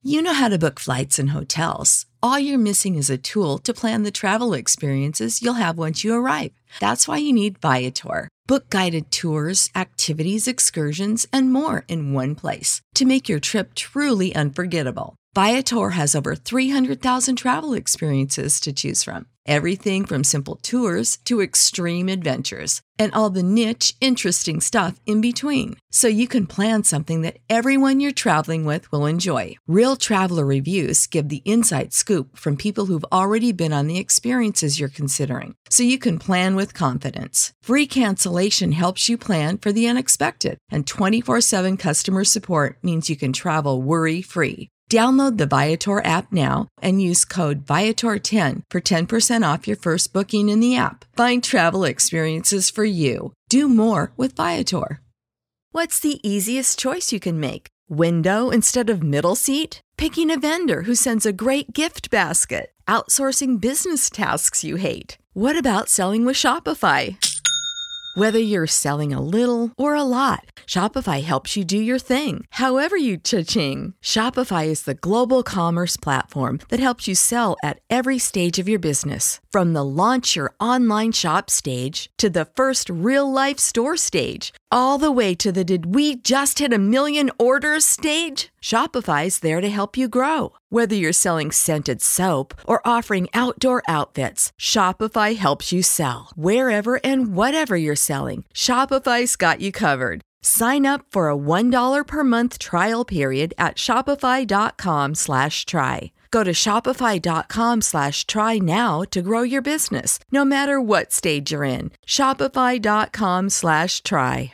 You know how to book flights and hotels. All you're missing is a tool to plan the travel experiences you'll have once you arrive. That's why you need Viator. Book guided tours, activities, excursions, and more in one place to make your trip truly unforgettable. Viator has over 300,000 travel experiences to choose from. Everything from simple tours to extreme adventures and all the niche, interesting stuff in between. So you can plan something that everyone you're traveling with will enjoy. Real traveler reviews give the inside scoop from people who've already been on the experiences you're considering. So you can plan with confidence. Free cancellation helps you plan for the unexpected. And 24/7 customer support means you can travel worry-free. Download the Viator app now and use code Viator10 for 10% off your first booking in the app. Find travel experiences for you. Do more with Viator. What's the easiest choice you can make? Window instead of middle seat? Picking a vendor who sends a great gift basket? Outsourcing business tasks you hate? What about selling with Shopify? Whether you're selling a little or a lot, Shopify helps you do your thing, however you cha-ching. Shopify is the global commerce platform that helps you sell at every stage of your business. From the launch your online shop stage to the first real-life store stage, all the way to the did we just hit a million orders stage? Shopify's there to help you grow. Whether you're selling scented soap or offering outdoor outfits, Shopify helps you sell. Wherever and whatever you're selling, Shopify's got you covered. Sign up for a $1 per month trial period at shopify.com/try. Go to shopify.com/try now to grow your business, no matter what stage you're in. Shopify.com/try.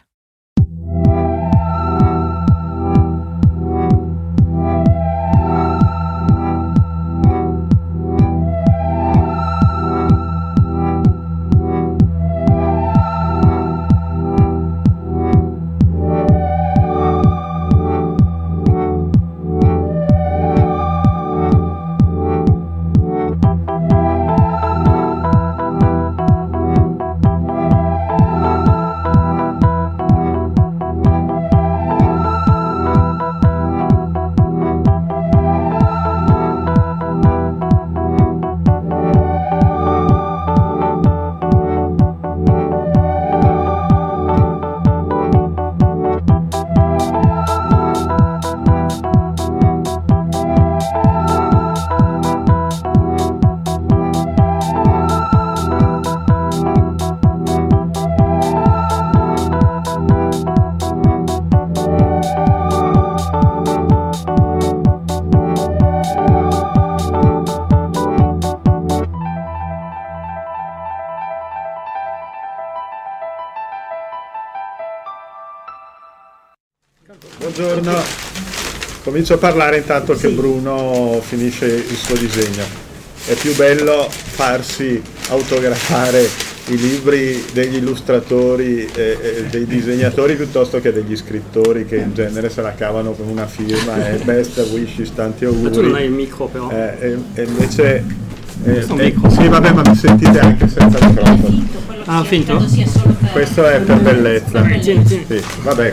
Buongiorno, comincio a parlare intanto che Bruno finisce il suo disegno. È più bello farsi autografare i libri degli illustratori e dei disegnatori piuttosto che degli scrittori che in genere se la cavano con una firma e best wishes, tanti auguri. Tu non hai il micro però. E invece sì, vabbè, ma mi sentite anche senza microfono. Ah, finto? Questo è per bellezza. Sì, vabbè.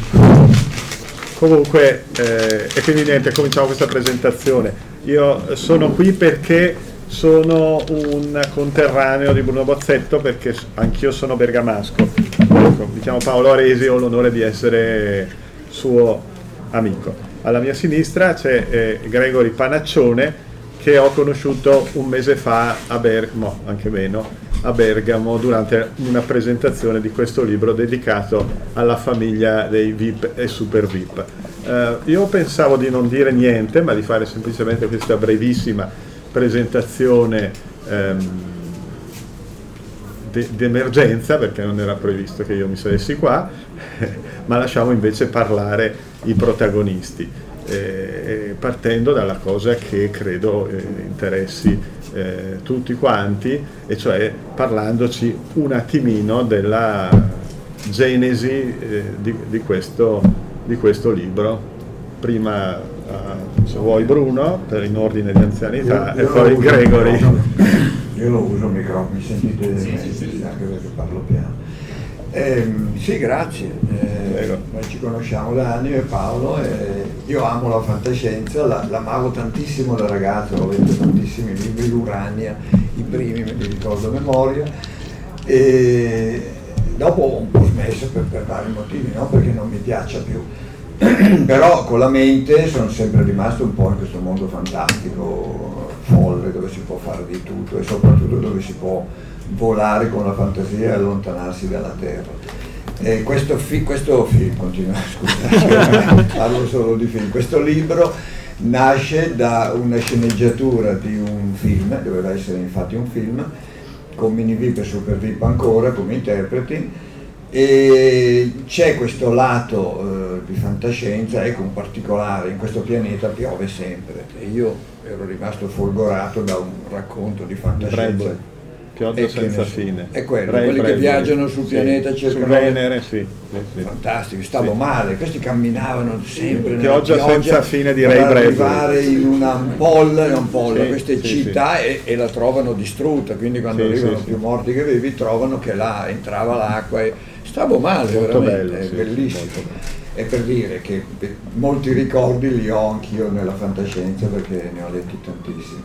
Comunque, e quindi niente, cominciamo questa presentazione. Io sono qui perché sono un conterraneo di Bruno Bozzetto, perché anch'io sono bergamasco. Ecco, mi chiamo Paolo Aresi e ho l'onore di essere suo amico. Alla mia sinistra c'è Gregory Panaccione, che ho conosciuto un mese fa a Bergamo, anche meno, a Bergamo, durante una presentazione di questo libro dedicato alla famiglia dei VIP e super VIP. Io pensavo di non dire niente, ma di fare semplicemente questa brevissima presentazione d'emergenza, perché non era previsto che io mi sedessi qua, ma lasciamo invece parlare i protagonisti, partendo dalla cosa che credo interessi tutti quanti, e cioè parlandoci un attimino della genesi di questo libro. Prima se vuoi Bruno, in ordine di anzianità, e poi Gregory. Io lo uso il microfono, mi sentite? Sì. Anche perché parlo piano. Sì, grazie. Noi ci conosciamo da anni, io e Paolo, e io amo la fantascienza, l'amavo tantissimo da ragazzo, ho letto tantissimi libri, l'Urania, i primi me li ricordo a memoria, e dopo ho un po' smesso per vari motivi, no? Perché non mi piaccia più. Però con la mente sono sempre rimasto un po' in questo mondo fantastico, folle, dove si può fare di tutto e soprattutto dove si può volare con la fantasia e allontanarsi dalla terra. Questo film, continua, scusa, parlo solo di film, questo libro nasce da una sceneggiatura di un film, doveva essere infatti un film, con Mini Vip e Super Vip ancora come interpreti, e c'è questo lato di fantascienza, ecco, un particolare, in questo pianeta piove sempre, e io ero rimasto folgorato da un racconto di fantascienza. Pioggia senza fine. È quello, quelli che viaggiano sul pianeta cercano. Su Venere, sì. Fantastico, stavo male, questi camminavano sempre pioggia senza fine di Ray Bradbury. Per arrivare Bradbury. in una ampolla, queste città e la trovano distrutta, quindi quando arrivano più morti che vivi trovano che là entrava l'acqua e stavo male, molto veramente, bello, è bellissimo. E per dire che molti ricordi li ho anch'io nella fantascienza perché ne ho letti tantissimi.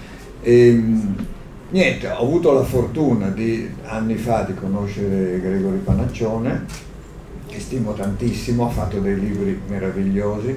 Niente, ho avuto la fortuna anni fa di conoscere Gregory Panaccione, che stimo tantissimo, ha fatto dei libri meravigliosi,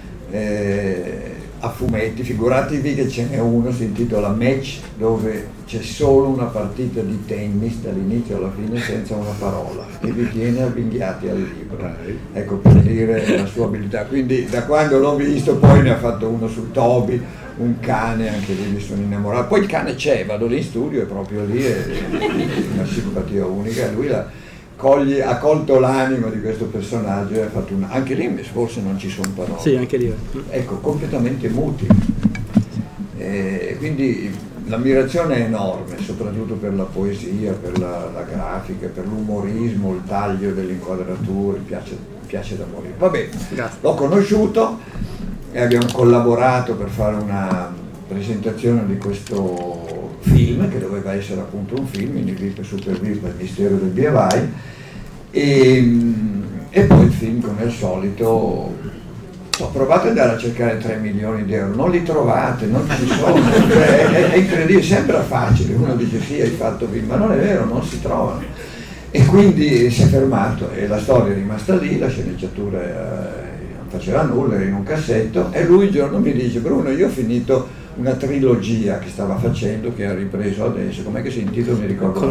a fumetti, figuratevi che ce n'è uno, si intitola Match, dove c'è solo una partita di tennis dall'inizio alla fine senza una parola e vi tiene avvinghiati al libro. Ecco, per dire la sua abilità. Quindi da quando l'ho visto poi ne ha fatto uno su Toby, un cane, anche lì mi sono innamorato. Poi il cane c'è, vado lì in studio e proprio lì è una simpatia unica, lui ha colto l'anima di questo personaggio e ha fatto anche lì forse non ci sono parole. Sì, anche lì. Ecco, completamente muti. Quindi l'ammirazione è enorme, soprattutto per la poesia, per la grafica, per l'umorismo, il taglio delle inquadrature, piace da morire. Vabbè, l'ho conosciuto e abbiamo collaborato per fare una presentazione di questo film, che doveva essere appunto un film, Mini Vip e Super Vip, il mistero del BI, e poi il film, come al solito, provate ad andare a cercare 3 milioni di euro, non li trovate, non ci sono, è incredibile, sembra facile, uno dice sì, hai fatto film, ma non è vero, non si trovano. E quindi si è fermato e la storia è rimasta lì, la sceneggiatura faceva nulla, era in un cassetto, e lui un giorno mi dice: Bruno, io ho finito una trilogia che stava facendo, che ha ripreso adesso, com'è che si intitola, mi ricordo.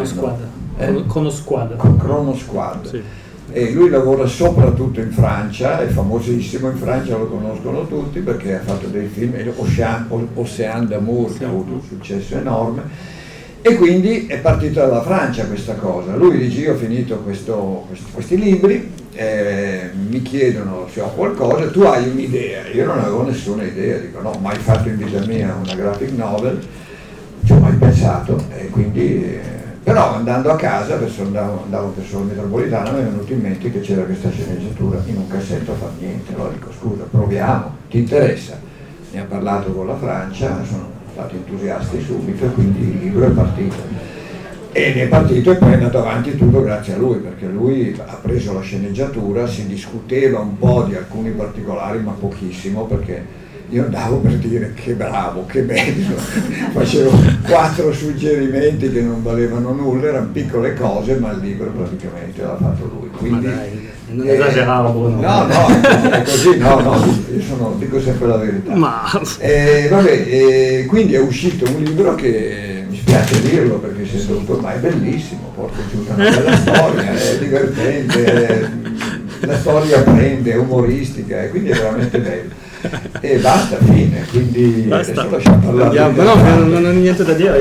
Crono Squad. Sì. E lui lavora soprattutto in Francia, è famosissimo, in Francia lo conoscono tutti perché ha fatto dei film, Océan d'Amour, che ha avuto un successo enorme, e quindi è partita dalla Francia questa cosa. Lui dice: io ho finito questi libri, mi chiedono se ho qualcosa, tu hai un'idea? Io non avevo nessuna idea, dico no, mai fatto in vita mia una graphic novel, ci ho mai pensato, e quindi però andando a casa, andavo per sulla metropolitana, mi è venuto in mente che c'era questa sceneggiatura in un cassetto, fa niente, allora dico scusa, proviamo, ti interessa? Ne ha parlato con la Francia, sono stati entusiasti subito e quindi il libro è partito. Ed è partito e poi è andato avanti tutto grazie a lui, perché lui ha preso la sceneggiatura, si discuteva un po' di alcuni particolari, ma pochissimo, perché io andavo per dire che bravo, che bello, facevo 4 suggerimenti che non valevano nulla, erano piccole cose, ma il libro praticamente l'ha fatto lui. Quindi, ma dai, non esageravo, Bruno. No, è così, io dico sempre la verità. Quindi è uscito un libro che mi spiace dirlo perché si è dovuto, ma è bellissimo, porta giù una bella storia, è divertente, la storia prende, è umoristica e quindi è veramente bello. E basta, fine, quindi basta. Adesso lasciamo parlare. Non ho niente da dire.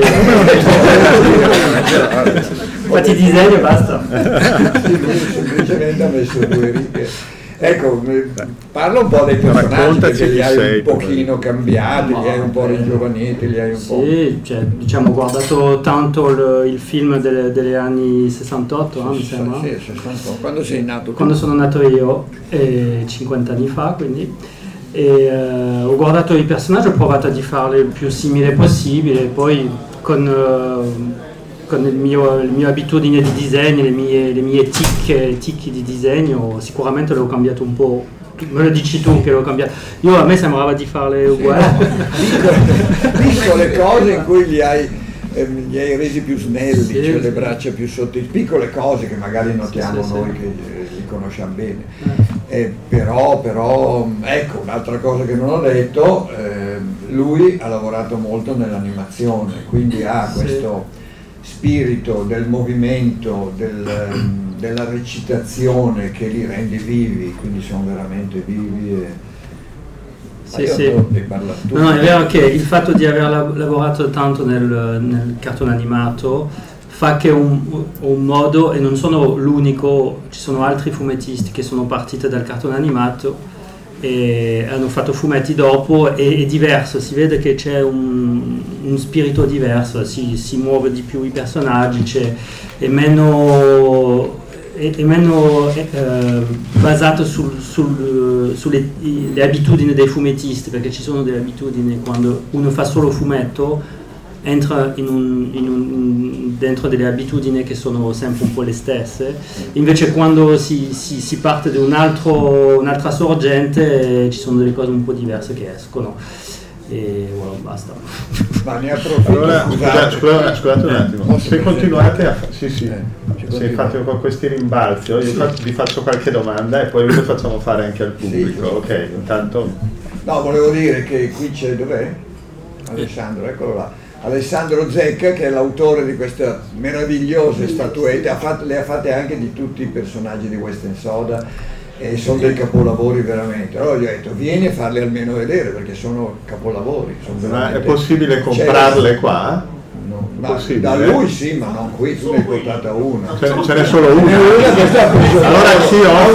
Fatti disegno e basta. Semplicemente ha messo 2 righe. Ecco, parla un po' dei personaggi, perché li hai un pochino cambiati, li hai un po' ringiovaniti, li hai un po'... Sì, cioè, diciamo, ho guardato tanto il film degli anni 68, mi sembra. Sì, 68. Quando sei nato? Quando sono nato io, 50 anni fa, quindi. E ho guardato i personaggi, ho provato a farli il più simile possibile, poi con con le mie abitudini di disegno, le mie ticche di disegno, sicuramente l'ho cambiato un po'. Me lo dici tu che l'ho cambiato. A me sembrava di farle uguali. Piccole cose in cui li hai resi più snelli, sì, cioè le braccia più sottili, piccole cose che magari notiamo noi che li conosciamo bene. Però ecco, un'altra cosa che non ho detto, lui ha lavorato molto nell'animazione, quindi ha questo spirito del movimento, della recitazione che li rende vivi, quindi sono veramente vivi. Sì. No, è vero che il fatto di aver lavorato tanto nel cartone animato fa che un modo, e non sono l'unico, ci sono altri fumettisti che sono partiti dal cartone animato e hanno fatto fumetti dopo, è diverso, si vede che c'è un spirito diverso, si muove di più i personaggi, è meno basato sulle abitudini dei fumettisti, perché ci sono delle abitudini quando uno fa solo fumetto, entra dentro delle abitudini che sono sempre un po' le stesse, invece quando si parte da un'altra sorgente ci sono delle cose un po' diverse che escono. E basta. Ma ne approfitto. Allora, scusate un attimo, se continuate se fate con questi rimbalzi, io vi faccio qualche domanda e poi vi facciamo fare anche al pubblico. Sì. Ok, intanto. No, volevo dire che qui c'è, dov'è? Alessandro, eccolo là. Alessandro Zecca, che è l'autore di queste meravigliose statuette, le ha fatte anche di tutti i personaggi di Western Soda. E sono dei capolavori veramente. Allora gli ho detto vieni a farli almeno vedere perché sono capolavori. Ma è possibile comprarle qua? No, da lui sì, ma non qui, tu ne hai portata una. Ce n'è solo una. Allora sì,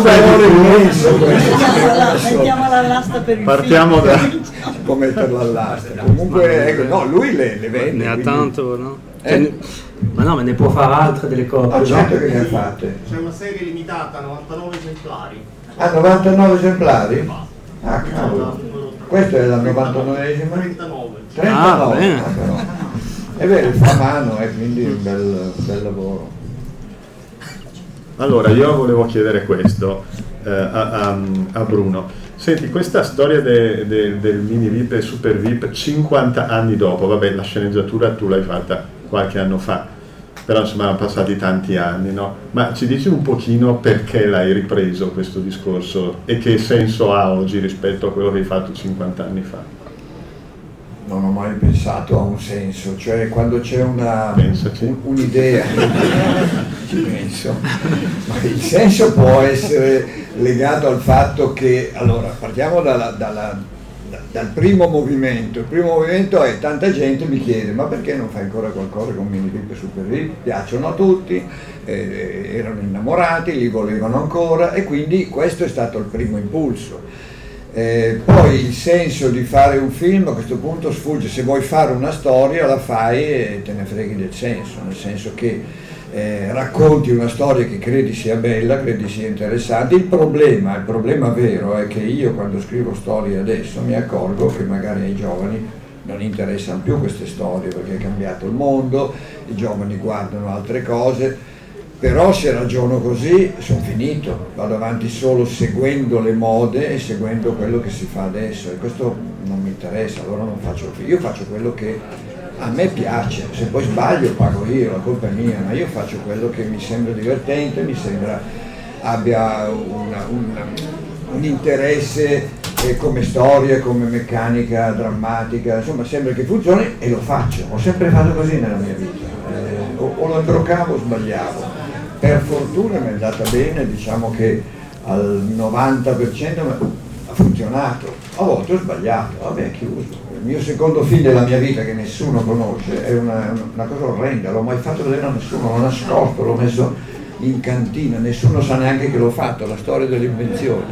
mettiamola all'asta per il partiamo da come metterla all'asta. Comunque ecco, no, lui le vende. Ne ha tanto, no? Ma no, ma ne può fare altre delle copie. Ah, certo che ne ha fatte. C'è una serie limitata, 99 esemplari. Ah, 99 esemplari? Ah, cavolo. Questa è la 99esima? 39. 39. Bene. Però. È vero, fa a mano, quindi un bel lavoro. Allora, io volevo chiedere questo a Bruno. Senti, questa storia del mini VIP e super VIP 50 anni dopo, vabbè, la sceneggiatura tu l'hai fatta qualche anno fa, però insomma erano passati tanti anni, no? Ma ci dici un pochino perché l'hai ripreso questo discorso e che senso ha oggi rispetto a quello che hai fatto 50 anni fa? Non ho mai pensato a un senso, cioè quando c'è un'idea, ci penso, ma il senso può essere legato al fatto che, allora, partiamo dal primo movimento. Il primo movimento è tanta gente mi chiede ma perché non fai ancora qualcosa con Mini VIP e Super VIP? Piacciono a tutti, erano innamorati, li volevano ancora e quindi questo è stato il primo impulso. Poi il senso di fare un film a questo punto sfugge, se vuoi fare una storia la fai e te ne freghi del senso, nel senso che racconti una storia che credi sia bella, credi sia interessante. Il problema vero è che io quando scrivo storie adesso mi accorgo che magari ai giovani non interessano più queste storie perché è cambiato il mondo, i giovani guardano altre cose, però se ragiono così sono finito, vado avanti solo seguendo le mode e seguendo quello che si fa adesso e questo non mi interessa, allora non faccio il film, io faccio quello che a me piace, se poi sbaglio pago io, la colpa è mia, ma io faccio quello che mi sembra divertente, mi sembra abbia un interesse come storia, come meccanica drammatica, insomma sembra che funzioni e lo faccio, ho sempre fatto così nella mia vita, o lo imbroccavo o sbagliavo, per fortuna mi è andata bene, diciamo che al 90% ha funzionato, a volte ho sbagliato, vabbè chiuso. Il mio secondo film della mia vita che nessuno conosce è una cosa orrenda, l'ho mai fatto vedere a nessuno, l'ho nascosto, l'ho messo in cantina, nessuno sa neanche che l'ho fatto, la storia dell'invenzione.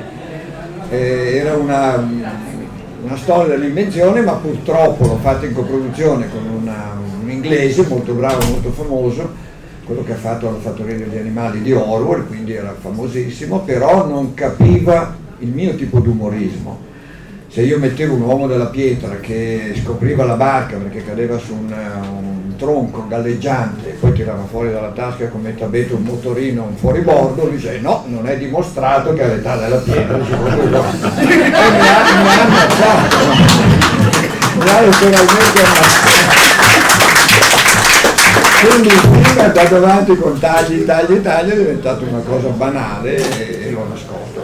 Era una storia dell'invenzione, ma purtroppo l'ho fatta in coproduzione con un inglese molto bravo, molto famoso, quello che ha fatto la fattoria degli animali di Orwell, quindi era famosissimo, però non capiva il mio tipo di umorismo. Se io mettevo un uomo della pietra che scopriva la barca perché cadeva su un tronco galleggiante e poi tirava fuori dalla tasca come tappeto un motorino, un fuoribordo, lui dice no, non è dimostrato che all'età della pietra ci vuole mi ha ammazzato, mi ha letteralmente ammazzato. Quindi il film è andato avanti con tagli, è diventato una cosa banale e l'ho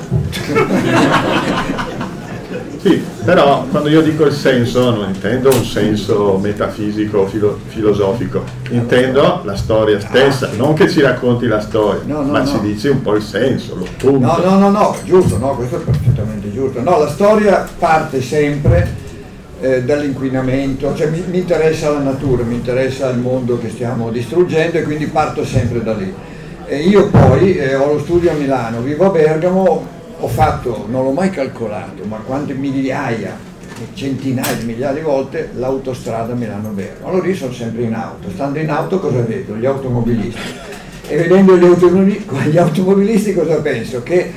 nascosto. Sì, però quando io dico il senso non intendo un senso metafisico, filosofico, intendo la storia stessa, non che ci racconti la storia, ma ci dici un po' il senso, lo spunto. No, giusto, no, questo è perfettamente giusto. No, la storia parte sempre dall'inquinamento, cioè mi interessa la natura, mi interessa il mondo che stiamo distruggendo e quindi parto sempre da lì. E io poi ho lo studio a Milano, vivo a Bergamo. Ho fatto, non l'ho mai calcolato, ma quante migliaia, centinaia di migliaia di volte l'autostrada Milano-Bergamo. Allora io sono sempre in auto, stando in auto cosa vedo? Gli automobilisti. E vedendo gli automobilisti cosa penso? Che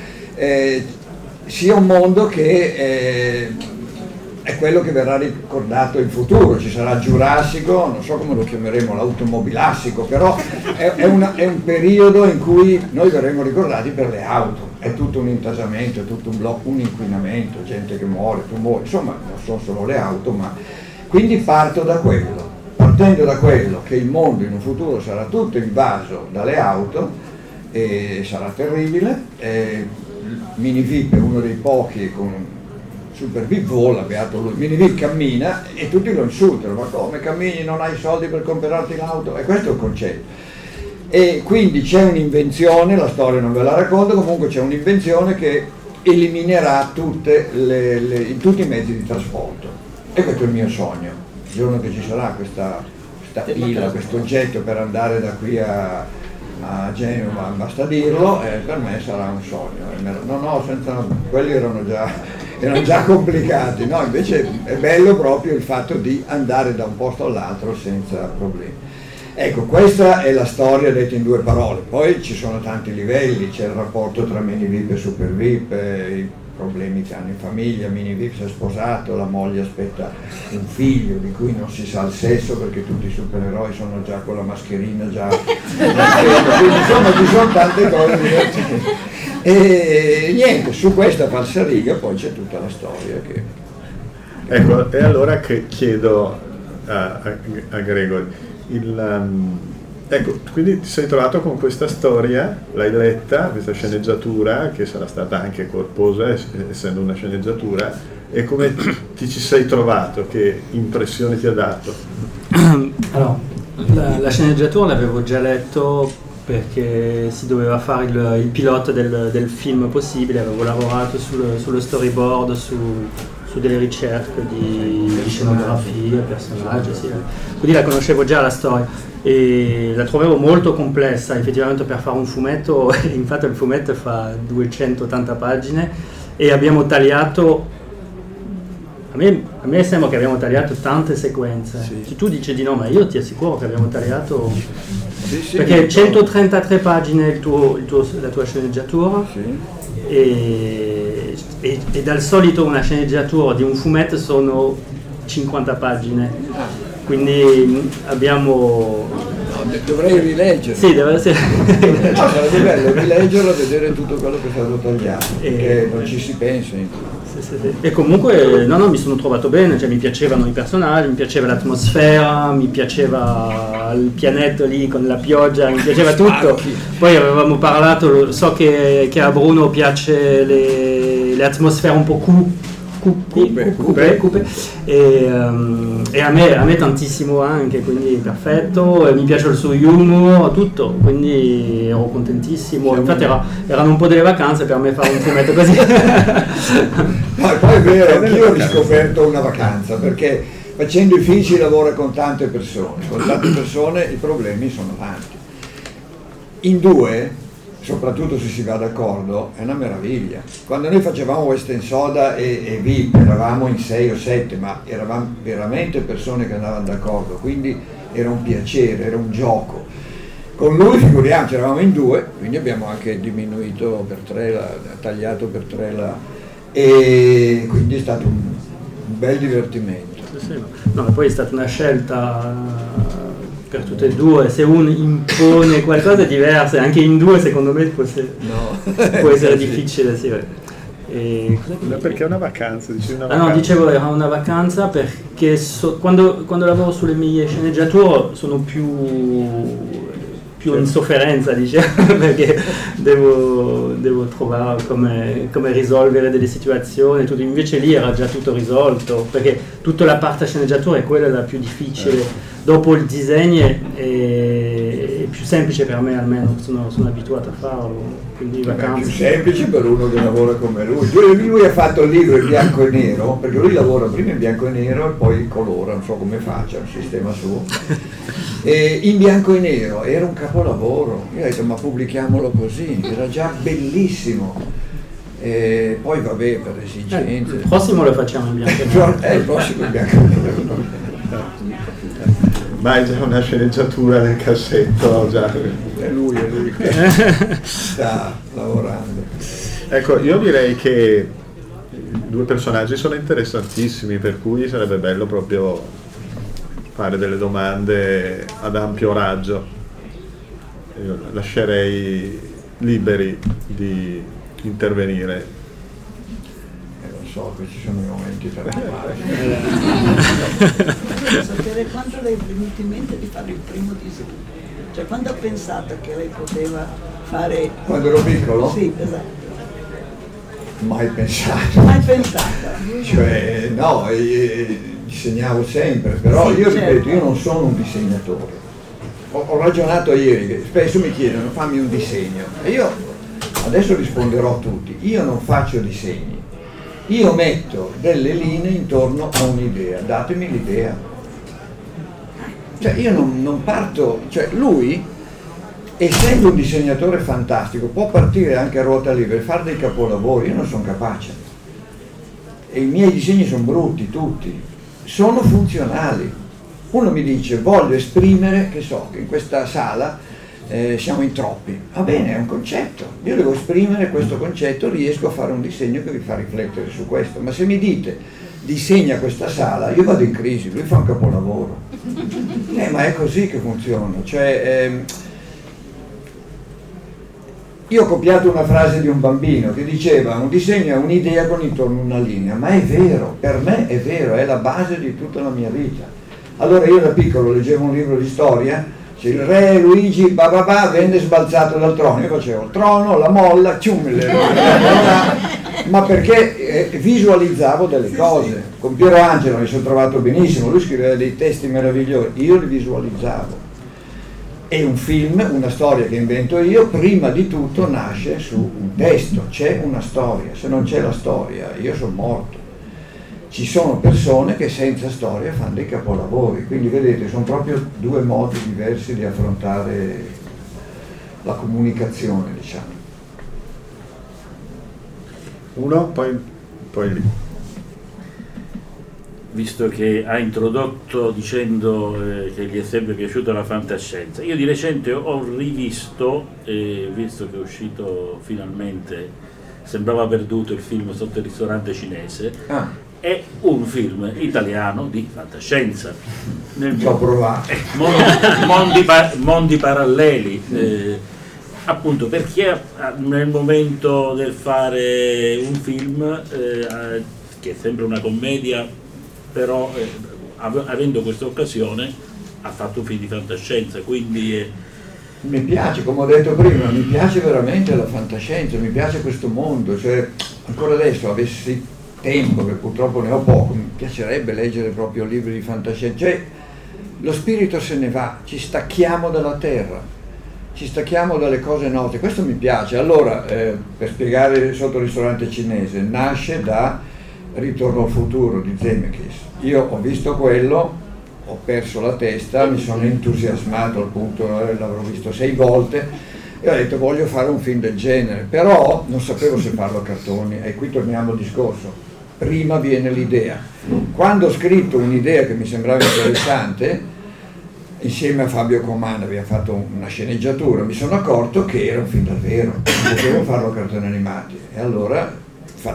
sia un mondo che è quello che verrà ricordato in futuro, ci sarà Giurassico, non so come lo chiameremo, l'automobilassico, però è un periodo in cui noi verremo ricordati per le auto. È tutto un intasamento, è tutto un blocco, un inquinamento, gente che muore, tumori, insomma non sono solo le auto, ma quindi parto da quello, partendo da quello che il mondo in un futuro sarà tutto invaso dalle auto e sarà terribile. Mini Vip è uno dei pochi con Super Vip vola, beato lui, Mini Vip cammina e tutti lo insultano, ma come cammini, non hai soldi per comprarti l'auto? E questo è il concetto. E quindi c'è un'invenzione, la storia non ve la racconto, comunque c'è un'invenzione che eliminerà tutti i mezzi di trasporto. E questo è il mio sogno. Il giorno che ci sarà questa pila, questo oggetto per andare da qui a Genova, basta dirlo, per me sarà un sogno. Quelli erano già complicati, no? Invece è bello proprio il fatto di andare da un posto all'altro senza problemi. Ecco, questa è la storia detta in 2 parole, poi ci sono tanti livelli, c'è il rapporto tra Mini Vip e Super Vip, i problemi che hanno in famiglia, Mini Vip si è sposato, la moglie aspetta un figlio di cui non si sa il sesso perché tutti i supereroi sono già con la mascherina, quindi insomma ci sono tante cose divertenti. E niente, su questa falsariga poi c'è tutta la storia che... Ecco, e allora che chiedo a Gregory. Ecco, quindi ti sei trovato con questa storia, l'hai letta, questa sceneggiatura che sarà stata anche corposa essendo una sceneggiatura, e come ti ci sei trovato, che impressione ti ha dato? Allora, la sceneggiatura l'avevo già letto perché si doveva fare il pilota del film possibile, avevo lavorato sullo storyboard, su delle ricerche di scenografie, personaggi, sì. Quindi la conoscevo già la storia e la trovavo molto complessa effettivamente per fare un fumetto. Infatti il fumetto fa 280 pagine e abbiamo tagliato, a me sembra che abbiamo tagliato tante sequenze. Sì. Tu dici di no, ma io ti assicuro che abbiamo tagliato, sì, perché 133 pagine la tua sceneggiatura, sì. E dal solito una sceneggiatura di un fumetto sono 50 pagine, quindi abbiamo... Dovrei rileggere. Sì, deve essere... sarebbe bello rileggerlo e vedere tutto quello che è stato tagliato, perché non ci si pensa in tutto. Sì. E comunque mi sono trovato bene, cioè mi piacevano i personaggi, mi piaceva l'atmosfera, mi piaceva il pianeta lì con la pioggia, mi piaceva tutto. Poi avevamo parlato, so che a Bruno piace le atmosfere un po' cupe. E a me tantissimo anche, quindi perfetto, e mi piace il suo humor, tutto, quindi ero contentissimo. Infatti erano un po' delle vacanze per me fare un fumetto così. No, poi è vero, io ho riscoperto una vacanza, perché facendo i film si lavora con tante persone i problemi sono tanti. In 2, soprattutto se si va d'accordo, è una meraviglia. Quando noi facevamo Western Soda e VIP eravamo in 6 o 7, ma eravamo veramente persone che andavano d'accordo, quindi era un piacere, era un gioco. Con lui figuriamoci, eravamo in 2, quindi abbiamo anche diminuito per 3, tagliato per 3 e quindi è stato un bel divertimento. Sì. No, poi è stata una scelta per tutte e due. Se uno impone qualcosa di diverso, anche in due secondo me può essere difficile, sì. Perché è una vacanza, dicevi una vacanza? No, dicevo era una vacanza perché quando lavoro sulle mie sceneggiature sono più in sofferenza, diciamo, perché devo trovare come risolvere delle situazioni, tutto. Invece lì era già tutto risolto, perché tutta la parte sceneggiatura è quella la più difficile. Dopo il disegno è più semplice per me, almeno sono abituato a farlo, quindi vacanze. È più semplice per uno che lavora come lui. Lui ha fatto il libro in bianco e nero, perché lui lavora prima in bianco e nero e poi colora, non so come faccia, è un sistema suo. E in bianco e nero era un capolavoro. Io ho detto ma pubblichiamolo così, era già bellissimo. E poi vabbè, per esigenze. Il prossimo lo facciamo in bianco e nero. Il prossimo in bianco e nero. Ma è già una sceneggiatura nel cassetto, già. È lui che sta lavorando. Ecco, io direi che i due personaggi sono interessantissimi, per cui sarebbe bello proprio fare delle domande ad ampio raggio. Io lascerei liberi di intervenire. So che ci sono i momenti per fare. Voglio sapere quando lei è venuto in mente di fare il primo disegno, cioè quando ha pensato che lei poteva fare. Quando ero piccolo? Sì, esatto. Mai pensato. Mai pensato. Cioè no, disegnavo sempre, però sì, io ripeto, io non sono un disegnatore. Ho ragionato ieri, che spesso mi chiedono fammi un disegno e io adesso risponderò a tutti, io non faccio disegni. Io metto delle linee intorno a un'idea, datemi l'idea. Cioè io non parto, cioè lui, essendo un disegnatore fantastico, può partire anche a ruota libera e fare dei capolavori, io non sono capace. E i miei disegni sono brutti, tutti, sono funzionali. Uno mi dice voglio esprimere, che so, che in questa sala siamo in troppi, va bene, è un concetto, io devo esprimere questo concetto, riesco a fare un disegno che vi fa riflettere su questo, ma se mi dite disegna questa sala, io vado in crisi, lui fa un capolavoro, ma è così che funziona, cioè io ho copiato una frase di un bambino che diceva un disegno è un'idea con intorno una linea, ma è vero, per me è vero, è la base di tutta la mia vita. Allora io da piccolo leggevo un libro di storia, il re Luigi venne sbalzato dal trono, io facevo il trono, la molla, ma perché visualizzavo delle cose. Con Piero Angelo mi sono trovato benissimo, lui scriveva dei testi meravigliosi, io li visualizzavo. E un film, una storia che invento io, prima di tutto nasce su un testo, c'è una storia, se non c'è la storia io sono morto. Ci sono persone che senza storia fanno dei capolavori, quindi vedete sono proprio due modi diversi di affrontare la comunicazione, diciamo. Uno, poi lì. Visto che ha introdotto dicendo che gli è sempre piaciuta la fantascienza, io di recente ho rivisto, visto che è uscito finalmente, sembrava perduto il film Sotto il ristorante cinese, è un film italiano di fantascienza. Ci ho provato. Mondi paralleli, appunto perché nel momento del fare un film, che è sempre una commedia, però avendo questa occasione ha fatto un film di fantascienza, quindi mi piace, come ho detto prima, mi piace veramente la fantascienza, mi piace questo mondo, cioè ancora adesso avessi tempo, che purtroppo ne ho poco, mi piacerebbe leggere proprio libri di fantascienza, cioè lo spirito se ne va, ci stacchiamo dalla terra, ci stacchiamo dalle cose note, questo mi piace. Allora per spiegare Sotto il ristorante cinese, nasce da Ritorno al futuro di Zemeckis. Io ho visto quello, ho perso la testa, mi sono entusiasmato al punto, l'avrò visto 6 volte e ho detto voglio fare un film del genere, però non sapevo se farlo a cartoni e qui torniamo al discorso. Prima viene l'idea. Quando ho scritto un'idea che mi sembrava interessante, insieme a Fabio Comana abbiamo fatto una sceneggiatura, mi sono accorto che era un film davvero, non potevo farlo a cartoni animati e allora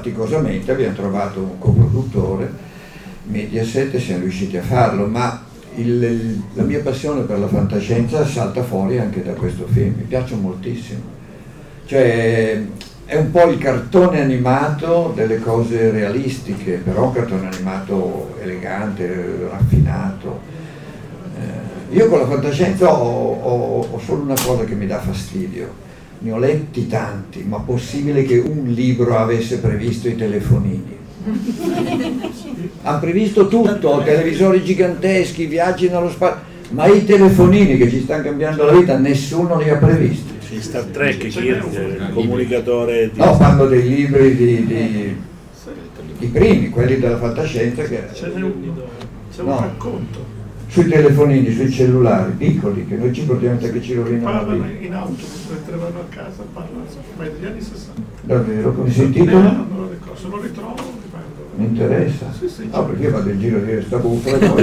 faticosamente abbiamo trovato un coproduttore, Mediaset, e siamo riusciti a farlo, ma la mia passione per la fantascienza salta fuori anche da questo film, mi piace moltissimo, cioè è un po' il cartone animato delle cose realistiche, però un cartone animato elegante, raffinato. Io con la fantascienza ho solo una cosa che mi dà fastidio, ne ho letti tanti, ma possibile che un libro avesse previsto i telefonini? Hanno previsto tutto, televisori giganteschi, viaggi nello spazio, ma i telefonini che ci stanno cambiando la vita nessuno li ha previsti. In Star Trek, il comunicatore di... No, parlo dei libri i primi, quelli della fantascienza che... C'è un racconto. Sui telefonini, sui cellulari piccoli, che noi ci portiamo che ci rovinano la Parlano vita. in autobus mentre vanno a casa, parlano degli anni 60. Davvero? Come si intitola? Non lo ricordo, se lo ritrovo vi prendo. Mi interessa? Sì, No, perché io vado in giro a dire sta bufala e poi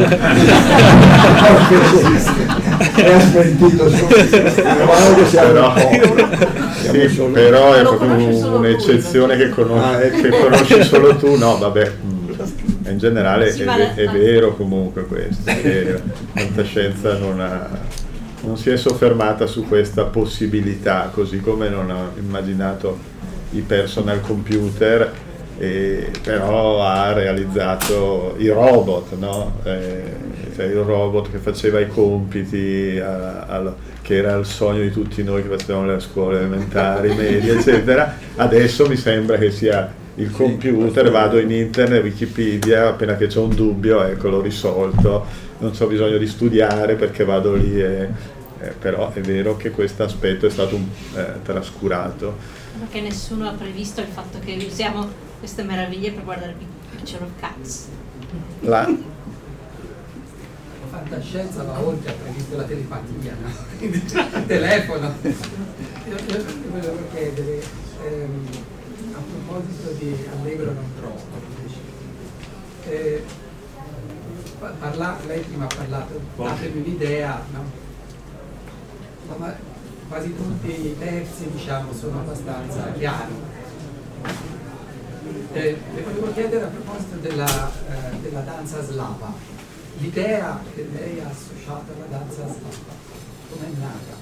e ha smentito subito. Guarda che siamo Sì, però è proprio un'eccezione che conosci solo tu, no vabbè. In generale è vero comunque questo, che la fantascienza non si è soffermata su questa possibilità, così come non ha immaginato i personal computer, però ha realizzato i robot, no? Cioè il robot che faceva i compiti, che era il sogno di tutti noi che facevamo le scuole elementari, medie, eccetera. Adesso mi sembra che sia il computer, vado in internet, Wikipedia, appena che c'è un dubbio, ecco, l'ho risolto, non c'ho bisogno di studiare perché vado lì però è vero che questo aspetto è stato trascurato. Perché nessuno ha previsto il fatto che usiamo queste meraviglie per guardare Picture of Cats. La fantascienza va oltre, ha previsto la telepatia, no? Il telefono. Io volevo chiedere, a proposito di Allegro non troppo, lei prima ha parlato, datemi un'idea, no? Ma quasi tutti i terzi, diciamo, sono abbastanza chiari. Le volevo chiedere a proposito della danza slava, l'idea che lei ha associato alla danza slava, com'è nata?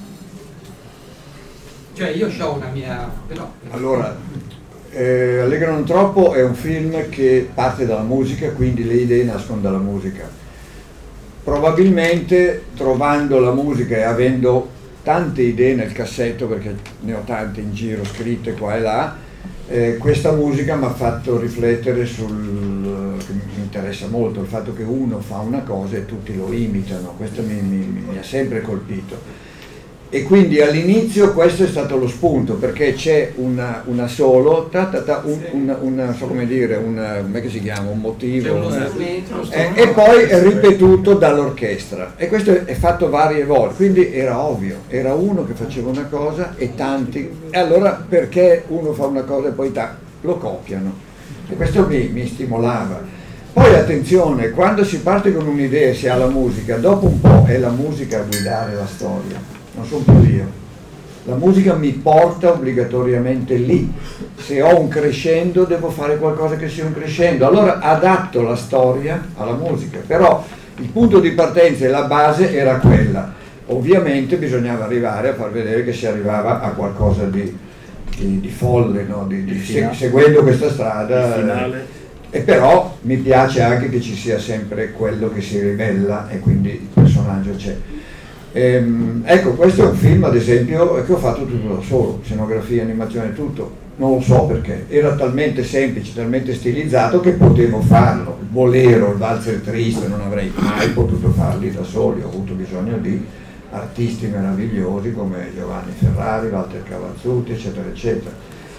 Cioè io ho una mia... però... Allora, Allegro non troppo è un film che parte dalla musica, quindi le idee nascono dalla musica. Probabilmente trovando la musica e avendo tante idee nel cassetto, perché ne ho tante in giro scritte qua e là, questa musica mi ha fatto riflettere che mi interessa molto, il fatto che uno fa una cosa e tutti lo imitano, questo mi ha sempre colpito. E quindi all'inizio questo è stato lo spunto, perché c'è una solo, non so come dire, come si chiama, un motivo, e poi è ripetuto dall'orchestra, e questo è fatto varie volte, quindi era ovvio, era uno che faceva una cosa e tanti, e allora perché uno fa una cosa e poi lo copiano, e questo mi stimolava. Poi attenzione, quando si parte con un'idea e si ha la musica, dopo un po' è la musica a guidare la storia. Non sono più io, la musica mi porta obbligatoriamente lì, se ho un crescendo devo fare qualcosa che sia un crescendo, allora adatto la storia alla musica, però il punto di partenza e la base era quella, ovviamente bisognava arrivare a far vedere che si arrivava a qualcosa di folle, no? Seguendo questa strada, e però mi piace anche che ci sia sempre quello che si ribella e quindi il personaggio c'è. Ecco, questo è un film ad esempio che ho fatto tutto da solo, scenografia, animazione, tutto, non lo so perché, era talmente semplice, talmente stilizzato che potevo farlo, il bolero, il valzer triste, non avrei mai potuto farli da soli, ho avuto bisogno di artisti meravigliosi come Giovanni Ferrari, Walter Cavazzuti, eccetera eccetera.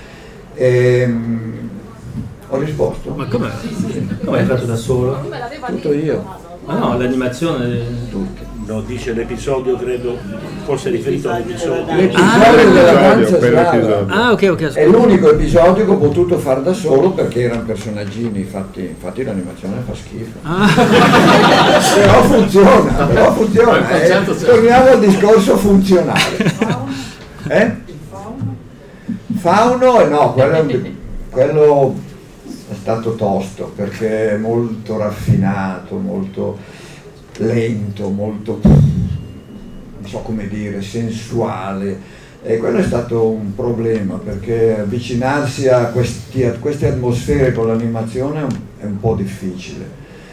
Ho risposto? Ma com'è? Come hai fatto da solo? Tutto io. Ma no, l'animazione... Tutto. No, dice l'episodio, credo, forse riferito all'episodio. L'episodio della danza slava. Ah, ok. È l'unico episodio che ho potuto fare da solo perché erano personaggini, infatti l'animazione fa schifo. Però funziona. Torniamo al discorso funzionale. Fauno, no, quello è stato tosto perché è molto raffinato, molto... lento, molto, non so come dire, sensuale. E quello è stato un problema, perché avvicinarsi a queste atmosfere con l'animazione è un po' difficile.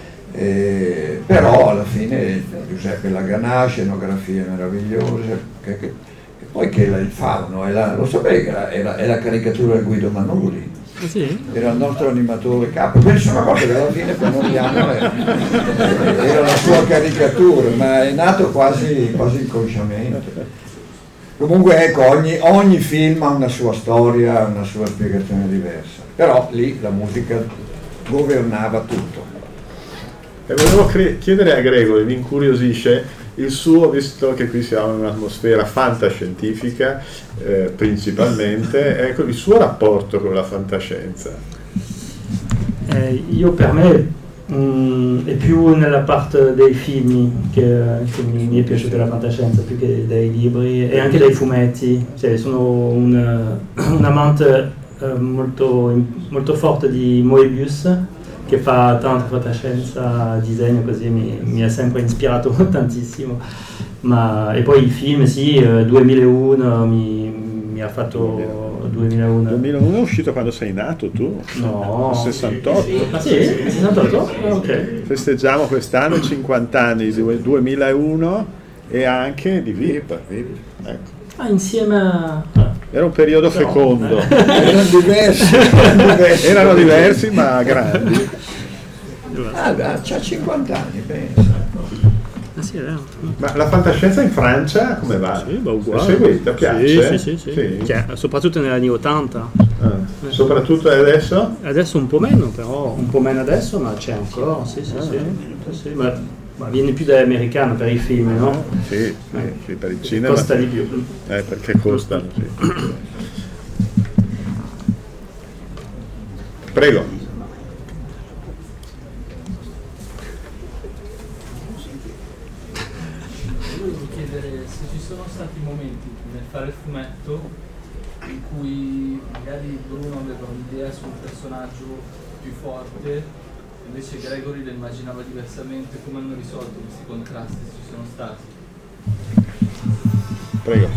Però alla fine Giuseppe Laganà, scenografie meravigliose, che poi che il fauno, lo sapevi che è la caricatura di Guido Manuli? Sì. Era il nostro animatore capo, questa è una cosa che alla fine per noi era la sua caricatura, ma è nato quasi inconsciamente. Comunque ecco, ogni film ha una sua storia, una sua spiegazione diversa, però lì la musica governava tutto. E volevo chiedere a Gregory, mi incuriosisce il suo, visto che qui siamo in un'atmosfera fantascientifica principalmente, ecco, il suo rapporto con la fantascienza. Io per me è più nella parte dei film che mi è piaciuta la fantascienza più che dai libri e anche dai fumetti. Cioè, sono un amante molto forte di Moebius, che fa tanta fantascienza, disegno, così mi ha sempre ispirato tantissimo. E poi i film, sì, 2001 mi ha fatto. 2001 è uscito quando sei nato tu? No. 68? Ah sì? 68? Ok. Festeggiamo quest'anno i 50 anni di 2001 e anche di VIP. Ecco. Ah, insieme a... Era un periodo fecondo. Erano diversi ma grandi. C'ha 50 anni, pensa. Sì, è vero. Ma la fantascienza in Francia come va? Sì, uguale. Seguita, piace? Sì. Soprattutto negli anni 80. Soprattutto adesso? Adesso un po' meno, però un po' meno adesso, ma c'è ancora, sì. Ma viene più dall'americano per i film, no? Sì, per il cinema. Costa di più. Perché costano, sì. Prego. Momenti nel fare il fumetto in cui magari Bruno aveva un'idea su un personaggio più forte, invece Gregory lo immaginava diversamente. Come hanno risolto questi contrasti, se ci sono stati? Prego.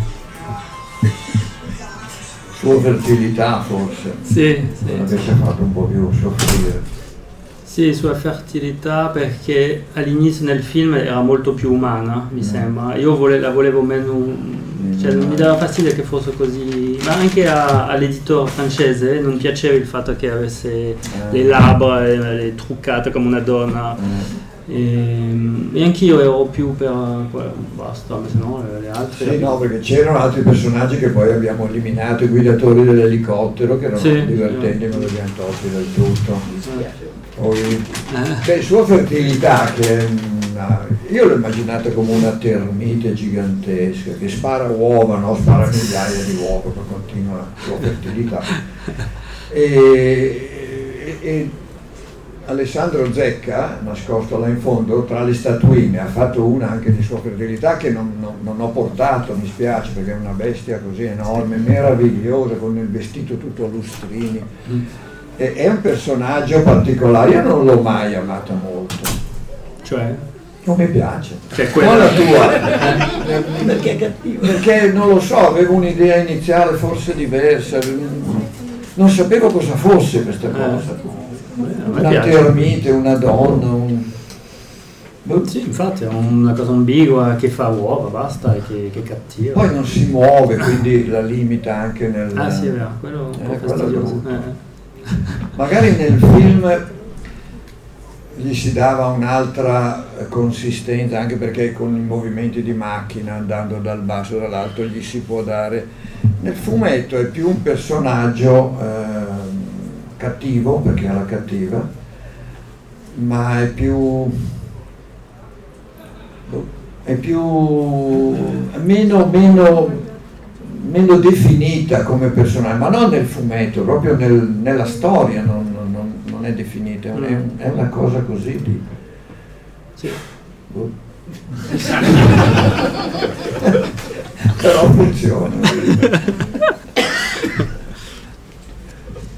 Sua fertilità forse. Sì. Avesse fatto un po' più soffrire. Sì, sua fertilità, perché all'inizio nel film era molto più umana, mi sembra. Io la volevo meno, cioè non mi dava fastidio che fosse così, ma anche all'editore francese non piaceva il fatto che avesse le labbra le truccate come una donna. E anch'io ero più per basta, se no le altre. Sì, no, perché c'erano altri personaggi che poi abbiamo eliminato, i guidatori dell'elicottero che erano divertenti, ma li abbiamo tolti del tutto. Poi, sua fertilità, che io l'ho immaginata come una termite gigantesca che spara uova, spara migliaia di uova, per continua la sua fertilità. E Alessandro Zecca, nascosto là in fondo tra le statuine, ha fatto una anche di sua fertilità che non ho portato, mi spiace, perché è una bestia così enorme, meravigliosa, con il vestito tutto a lustrini. È un personaggio particolare, io non l'ho mai amata molto. Cioè? Non mi piace. Non la tua. Perché è cattivo. Perché non lo so, avevo un'idea iniziale forse diversa, non sapevo cosa fosse questa cosa. Una termite, una donna, Sì, infatti è una cosa ambigua che fa uova, basta, e che è cattiva. Poi non si muove, quindi la limita anche nel... Ah sì, è vero, quello è un po' fastidioso. Magari nel film gli si dava un'altra consistenza, anche perché con i movimenti di macchina, andando dal basso all'alto, gli si può dare. Nel fumetto è più un personaggio cattivo, perché è la cattiva, ma è meno definita come personaggio, ma non nel fumetto, proprio nella storia non è definita, è una cosa così di... Sì. Però funziona.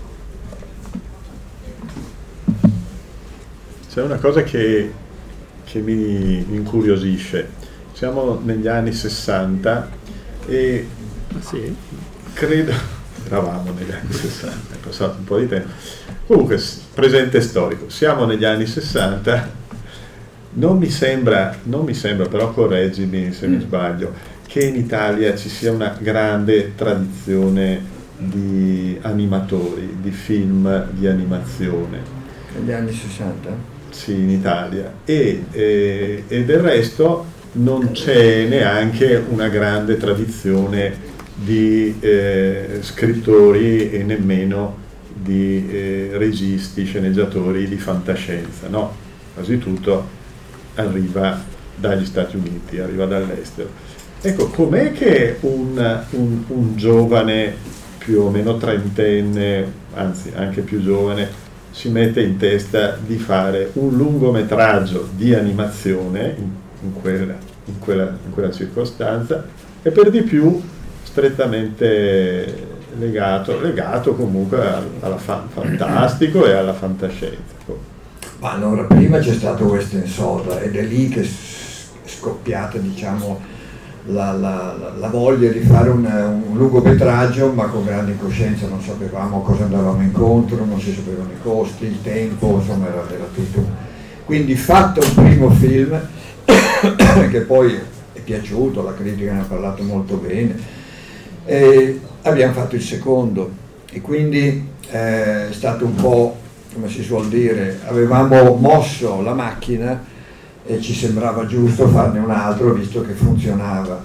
C'è una cosa che mi incuriosisce. Siamo negli anni 60 e sì. Credo, eravamo negli anni 60, è passato un po' di tempo. Comunque, presente storico, siamo negli anni 60, non mi sembra, però correggimi se mi sbaglio, che in Italia ci sia una grande tradizione di animatori, di film di animazione. Negli anni 60? Sì, in Italia. E del resto non c'è neanche una grande tradizione di scrittori e nemmeno di registi, sceneggiatori di fantascienza, no? Quasi tutto arriva dagli Stati Uniti, arriva dall'estero. Ecco, com'è che un giovane più o meno trentenne, anzi anche più giovane, si mette in testa di fare un lungometraggio di animazione in quella circostanza, e per di più strettamente legato comunque al fantastico e alla fantascienza. Ma allora, prima c'è stato Western Soda ed è lì che è scoppiata, diciamo, la voglia di fare un lungometraggio, ma con grande incoscienza, non sapevamo cosa andavamo incontro, non si sapevano i costi, il tempo, insomma era tutto. Quindi fatto un primo film che poi è piaciuto, la critica ne ha parlato molto bene, e abbiamo fatto il secondo, e quindi è stato un po', come si suol dire, avevamo mosso la macchina e ci sembrava giusto farne un altro visto che funzionava,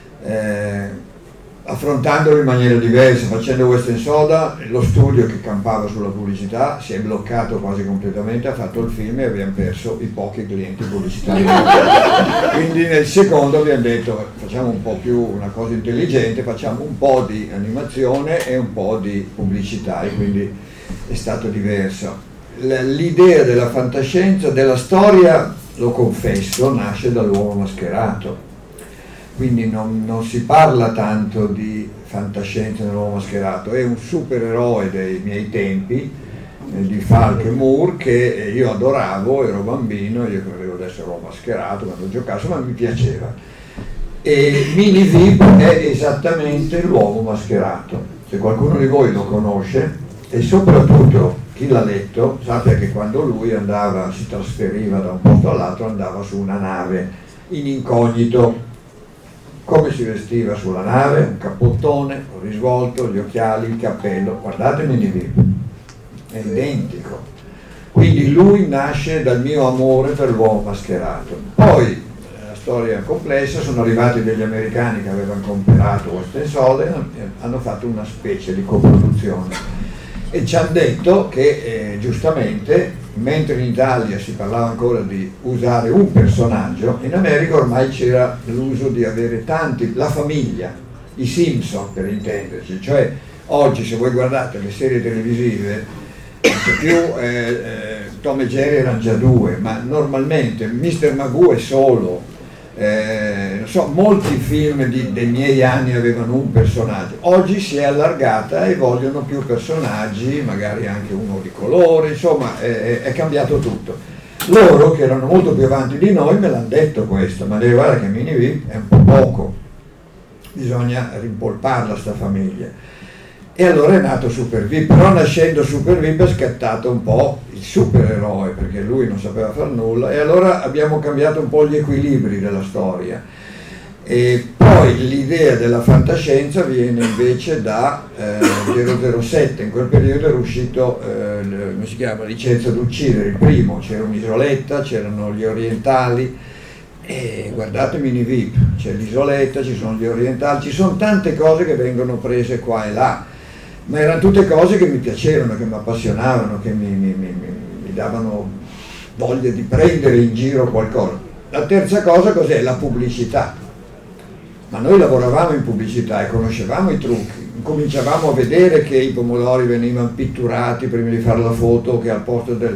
affrontandolo in maniera diversa. Facendo Western Soda, lo studio che campava sulla pubblicità si è bloccato quasi completamente, ha fatto il film e abbiamo perso i pochi clienti pubblicitari. Quindi nel secondo abbiamo detto facciamo un po' più una cosa intelligente, facciamo un po' di animazione e un po' di pubblicità, e quindi è stato diverso. L'idea della fantascienza, della storia, lo confesso, nasce dall'Uomo Mascherato, quindi non si parla tanto di fantascienza nell'Uomo Mascherato, è un supereroe dei miei tempi, di Falk e Moore, che io adoravo, ero bambino, io credevo di essere l'Uomo Mascherato quando giocavo, ma mi piaceva. E Mini Vip è esattamente l'Uomo Mascherato, se qualcuno di voi lo conosce, e soprattutto chi l'ha letto sappia che quando lui andava, si trasferiva da un posto all'altro, andava su una nave in incognito. Come si vestiva sulla nave? Un cappottone, un risvolto, gli occhiali, il cappello. Guardate Mini Vip, è identico. Quindi lui nasce dal mio amore per l'Uomo Mascherato. Poi la storia è complessa, sono arrivati degli americani che avevano comprato Western Soda e hanno fatto una specie di coproduzione. E ci hanno detto che giustamente, mentre in Italia si parlava ancora di usare un personaggio, in America ormai c'era l'uso di avere tanti, la famiglia, i Simpson per intenderci, cioè oggi se voi guardate le serie televisive, anche più Tom e Jerry erano già due, ma normalmente Mr. Magoo è solo. Non so, molti film dei miei anni avevano un personaggio, oggi si è allargata e vogliono più personaggi, magari anche uno di colore, insomma è cambiato tutto. Loro che erano molto più avanti di noi me l'hanno detto questo, ma devi guardare che Mini Vip è un po' poco, bisogna rimpolparla sta famiglia. E allora è nato Super Vip, però nascendo Super Vip è scattato un po' il supereroe, perché lui non sapeva far nulla, e allora abbiamo cambiato un po' gli equilibri della storia. E poi l'idea della fantascienza viene invece da 007, in quel periodo era uscito, come si chiama, Licenza d'uccidere, il primo, c'era un'isoletta, c'erano gli orientali, e guardate Mini Vip, c'è l'isoletta, ci sono gli orientali, ci sono tante cose che vengono prese qua e là, ma erano tutte cose che mi piacevano, che mi appassionavano, che mi davano voglia di prendere in giro qualcosa. La terza cosa cos'è? La pubblicità. Ma noi lavoravamo in pubblicità e conoscevamo i trucchi, cominciavamo a vedere che i pomodori venivano pitturati prima di fare la foto, che al posto del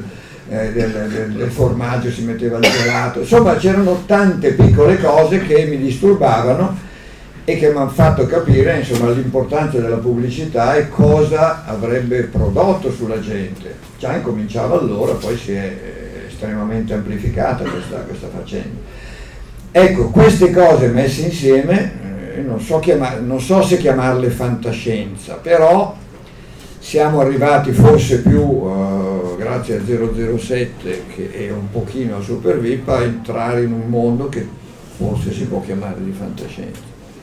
formaggio si metteva il gelato, insomma c'erano tante piccole cose che mi disturbavano e che mi hanno fatto capire, insomma, l'importanza della pubblicità e cosa avrebbe prodotto sulla gente. Già incominciava allora, poi si è estremamente amplificata questa faccenda. Ecco, queste cose messe insieme, non so se chiamarle fantascienza, però siamo arrivati forse più, grazie a 007 che è un pochino a Super VIP, a entrare in un mondo che forse si può chiamare di fantascienza.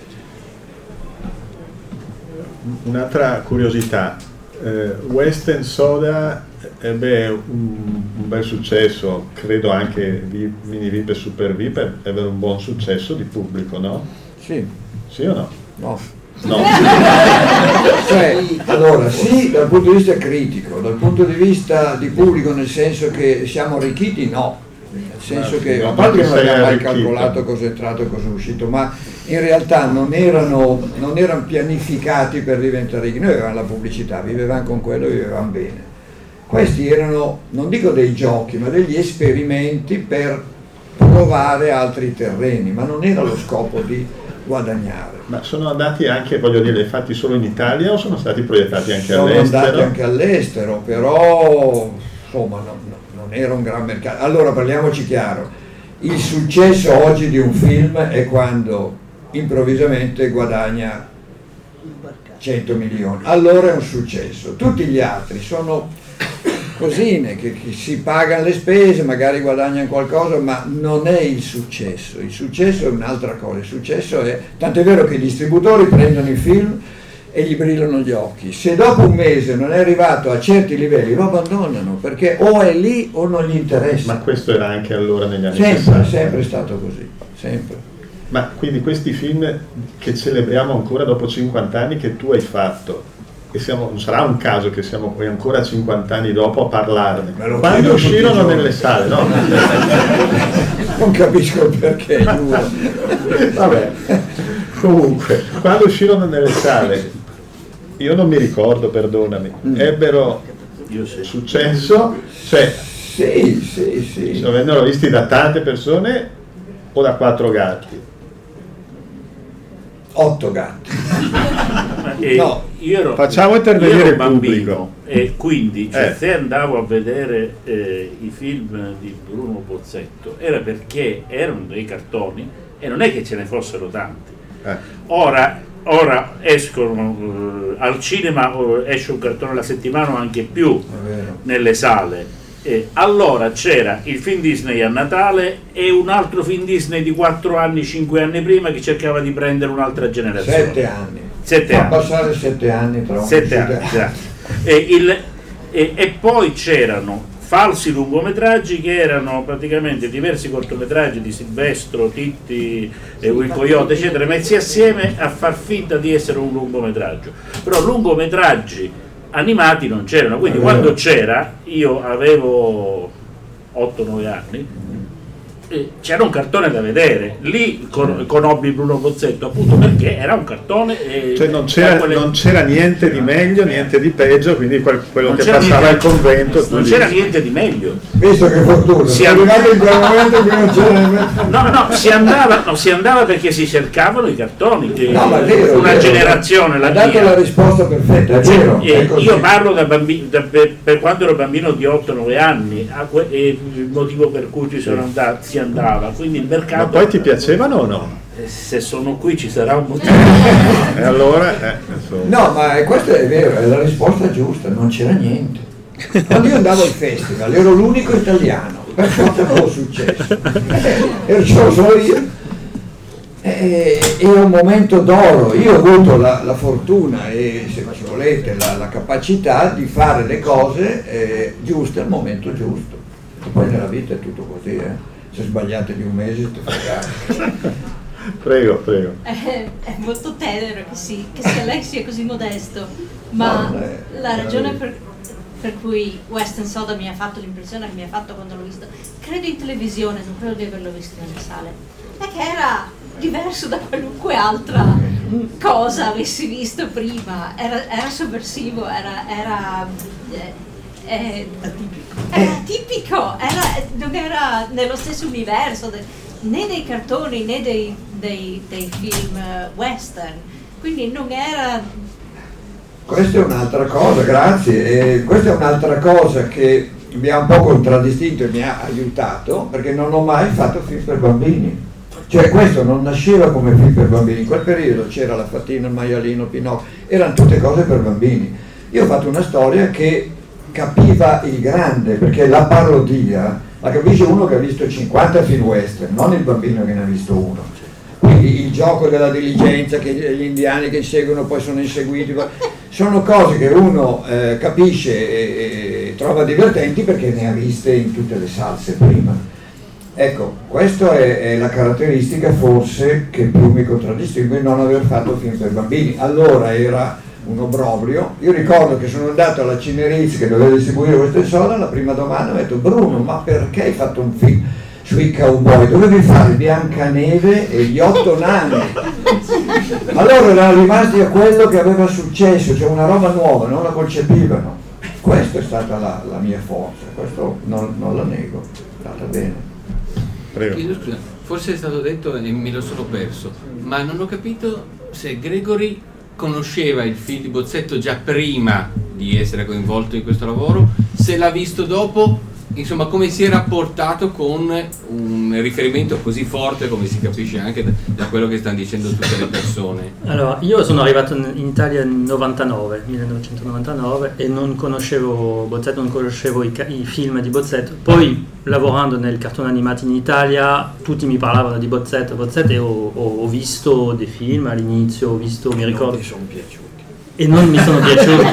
Un'altra curiosità, Western Soda ebbe un bel successo, credo anche Mini VIP e Super VIP ebbero un buon successo di pubblico, no? Sì. Sì o no? No. No. Cioè, allora, sì, dal punto di vista critico, dal punto di vista di pubblico, nel senso che siamo arricchiti, no. Nel senso che, a parte che non abbiamo mai calcolato cosa è entrato e cosa è uscito, ma in realtà non erano pianificati per diventare ricchi. Noi avevamo la pubblicità, vivevamo con quello, vivevamo bene. Questi erano, non dico dei giochi, ma degli esperimenti per provare altri terreni, ma non era lo scopo di guadagnare. Ma sono andati anche, voglio dire, fatti solo in Italia o sono stati proiettati anche all'estero? Sono andati anche all'estero, però insomma non era un gran mercato. Allora parliamoci chiaro, il successo oggi di un film è quando improvvisamente guadagna 100 milioni, allora è un successo. Tutti gli altri sono cosine che si pagano le spese, magari guadagnano qualcosa, ma non è il successo è un'altra cosa. Il successo è, tant'è vero che i distributori prendono i film e gli brillano gli occhi, se dopo un mese non è arrivato a certi livelli lo abbandonano, perché o è lì o non gli interessa. Ma questo era anche allora negli anni sempre, 60? Sempre stato così, sempre. Ma quindi questi film che celebriamo ancora dopo 50 anni che tu hai fatto, e non sarà un caso che siamo qui ancora 50 anni dopo a parlarne, quando uscirono nelle sale, no? Non capisco il perché, giuro. Vabbè, comunque, quando uscirono nelle sale, io non mi ricordo, perdonami, ebbero successo, cioè sì. Vennero visti da tante persone o da 4 gatti? 8 gatti. No, facciamo intervenire io ero il bambino pubblico. e quindi se andavo a vedere i film di Bruno Bozzetto era perché erano dei cartoni e non è che ce ne fossero tanti. Ora escono al cinema, esce un cartone alla settimana o anche più nelle sale. Allora c'era il film Disney a Natale e un altro film Disney di 4 anni, 5 anni prima che cercava di prendere un'altra generazione. 7 anni. 7 anni. Passare 7 anni tra un 7 anni. E poi c'erano falsi lungometraggi che erano praticamente diversi cortometraggi di Silvestro, Titti, Will Coyote eccetera, messi assieme a far finta di essere un lungometraggio. Però lungometraggi animati non c'erano, quindi quando c'era, io avevo 8-9 anni, c'era un cartone da vedere, lì conobbi Bruno Bozzetto appunto perché era un cartone, cioè non c'era niente di meglio, niente di peggio, quindi quello che passava al convento non c'era niente di meglio, visto che fortuna si arrivato in quel momento che non c'era si andava perché si cercavano i cartoni che no, ma è vero, una generazione ha dato la risposta perfetta, è vero, io parlo da bambino, per quando ero bambino di 8-9 anni, il motivo per cui si andava, quindi il mercato. Ma poi ti piacevano o no? Se sono qui ci sarà un motivo. E allora no, ma questo è vero, è la risposta giusta, non c'era niente. Quando io andavo al festival ero l'unico italiano, per forza avevo successo, ce lo so io, è un momento d'oro. Io ho avuto la fortuna e, se ci volete, la capacità di fare le cose giuste al momento giusto. E poi nella vita è tutto così, se sbagliate di un mese ti fregate. Prego. È molto tenero che lei sia così modesto, ma la ragione per cui Western Soda mi ha fatto l'impressione che mi ha fatto quando l'ho visto, credo in televisione, non credo di averlo visto nelle sale, è che era diverso da qualunque altra cosa avessi visto prima, era sovversivo, era atipico, non era nello stesso universo né dei cartoni né dei film western, quindi non era. Questa è un'altra cosa, grazie, questa è un'altra cosa che mi ha un po' contraddistinto e mi ha aiutato, perché non ho mai fatto film per bambini. Cioè questo non nasceva come film per bambini, in quel periodo c'era La Fatina, il maialino, Pinocchio, erano tutte cose per bambini. Io ho fatto una storia che capiva il grande, perché la parodia la capisce uno che ha visto 50 film western, non il bambino che ne ha visto uno. Quindi il gioco della diligenza, che gli indiani che seguono poi sono inseguiti, sono cose che uno capisce e trova divertenti perché ne ha viste in tutte le salse prima. Ecco, questa è la caratteristica forse che più mi contraddistingue, non aver fatto film per bambini. Allora era un obbrobrio. Io ricordo che sono andato alla Cinerizzi che doveva distribuire queste soda, la prima domanda mi ha detto: Bruno, ma perché hai fatto un film sui cowboy? Dovevi fare Biancaneve e gli 8 nani. Allora erano rimasti a quello che aveva successo, cioè una roba nuova, non la concepivano. Questa è stata la mia forza, questo non la nego, è andata bene. Prego. Scusa, forse è stato detto e me lo sono perso, ma non ho capito se Gregory conosceva il film di Bozzetto già prima di essere coinvolto in questo lavoro, se l'ha visto dopo, insomma come si è rapportato con un riferimento così forte, come si capisce anche da quello che stanno dicendo tutte le persone. Allora, io sono arrivato in Italia nel 1999 e non conoscevo Bozzetto, non conoscevo i film di Bozzetto. Poi lavorando nel cartone animato in Italia tutti mi parlavano di Bozzetto e ho visto dei film all'inizio, mi ricordo. Mi sono piaciuti. E non mi sono piaciuti.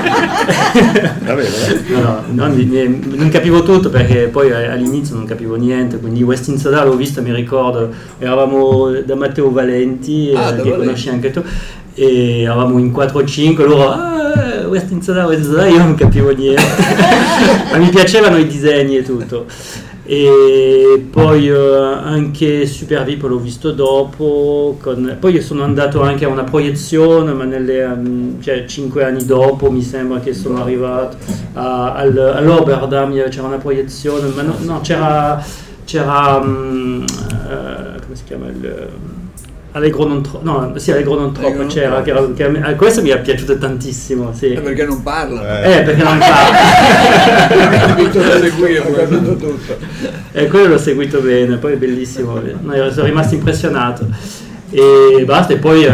Non capivo tutto, perché poi all'inizio non capivo niente, quindi West in Soda l'ho visto, mi ricordo, eravamo da Matteo Valenti, che conosci anche tu, e eravamo in 4-5, loro West in Soda, io non capivo niente, ma mi piacevano i disegni e tutto. E poi anche Super VIP l'ho visto dopo, poi sono andato anche a una proiezione, ma 5 anni dopo mi sembra che sono arrivato all'Oberdam, c'era una proiezione, ma no, c'era come si chiama, Allegro non troppo c'era, questo mi è piaciuto tantissimo, sì. Perché non parla? Perché non parla. E quello l'ho seguito bene, poi è bellissimo, sono rimasto impressionato e basta. E poi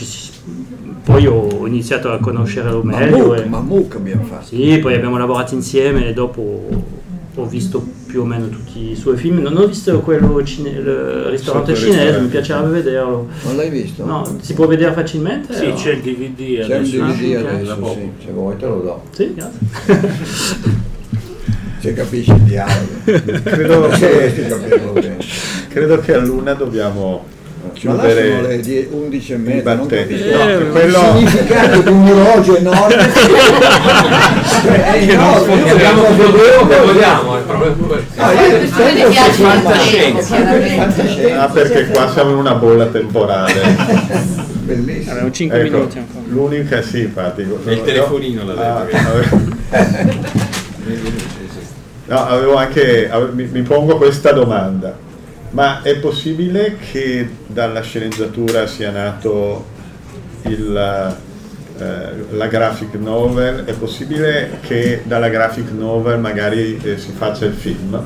ho iniziato a conoscerlo meglio. Mamuk abbiamo fatto. Sì, poi abbiamo lavorato insieme e dopo ho visto più o meno tutti i suoi film. Non ho visto quello il ristorante cinese, mi piacerebbe vederlo. Non l'hai visto? No, si può vedere facilmente? Sì, c'è il DVD adesso. C'è un DVD adesso, sì, se vuoi te lo do. Sì, grazie. Se capisci il dialogo. Credo che a Luna dobbiamo chiudere. Ma là sono le 11:30, non capisco. Quello... Il significato di un orologio enorme è enorme, abbiamo vogliamo, è proprio fantascienza. Perché qua siamo in una bolla temporale. Bellissimo. Abbiamo 5 minuti ancora. L'unica sì, infatti. E il telefonino l'ha detto. No, mi pongo questa domanda. Ma è possibile che dalla sceneggiatura sia nato la graphic novel? È possibile che dalla graphic novel magari si faccia il film?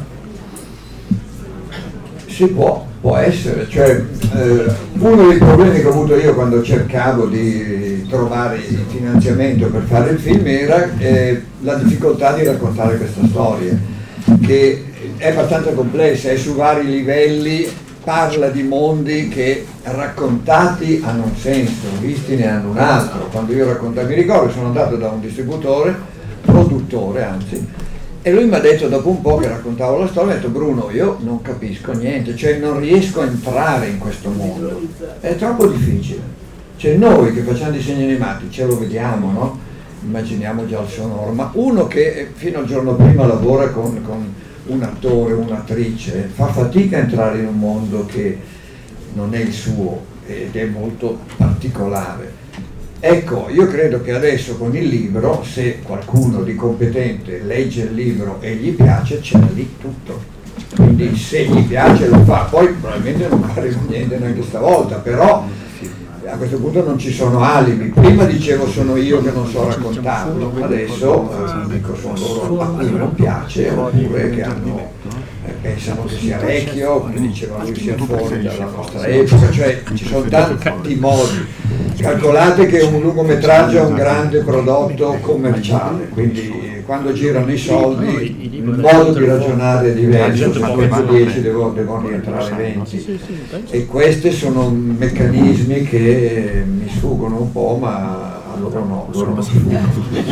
Si può essere, cioè uno dei problemi che ho avuto io quando cercavo di trovare il finanziamento per fare il film era la difficoltà di raccontare questa storia, che è abbastanza complessa, è su vari livelli, parla di mondi che raccontati hanno un senso, visti ne hanno un altro. Quando io raccontavo, mi ricordo, sono andato da un produttore anzi, e lui mi ha detto, dopo un po' che raccontavo la storia, mi ha detto: Bruno, io non capisco niente, cioè non riesco a entrare in questo mondo, è troppo difficile. Cioè noi che facciamo disegni animati ce lo vediamo, no? Immaginiamo già il sonoro, ma uno che fino al giorno prima lavora con un attore, un'attrice, fa fatica a entrare in un mondo che non è il suo ed è molto particolare. Ecco, io credo che adesso con il libro, se qualcuno di competente legge il libro e gli piace, c'è lì tutto. Quindi se gli piace lo fa, poi probabilmente non faremo niente neanche stavolta, però a questo punto non ci sono alibi. Prima dicevo sono io che non so raccontarlo, adesso dico sono loro a cui non piace, oppure che pensano che sia vecchio, come diceva lui, sia fuori dalla nostra epoca, cioè ci sono tanti modi. Calcolate che un lungometraggio è un grande prodotto commerciale, quindi quando girano i soldi il modo di ragionare è diverso, se metto 10 devono rientrare 20, e questi sono meccanismi che mi sfuggono un po', ma a loro no, loro non sfuggono.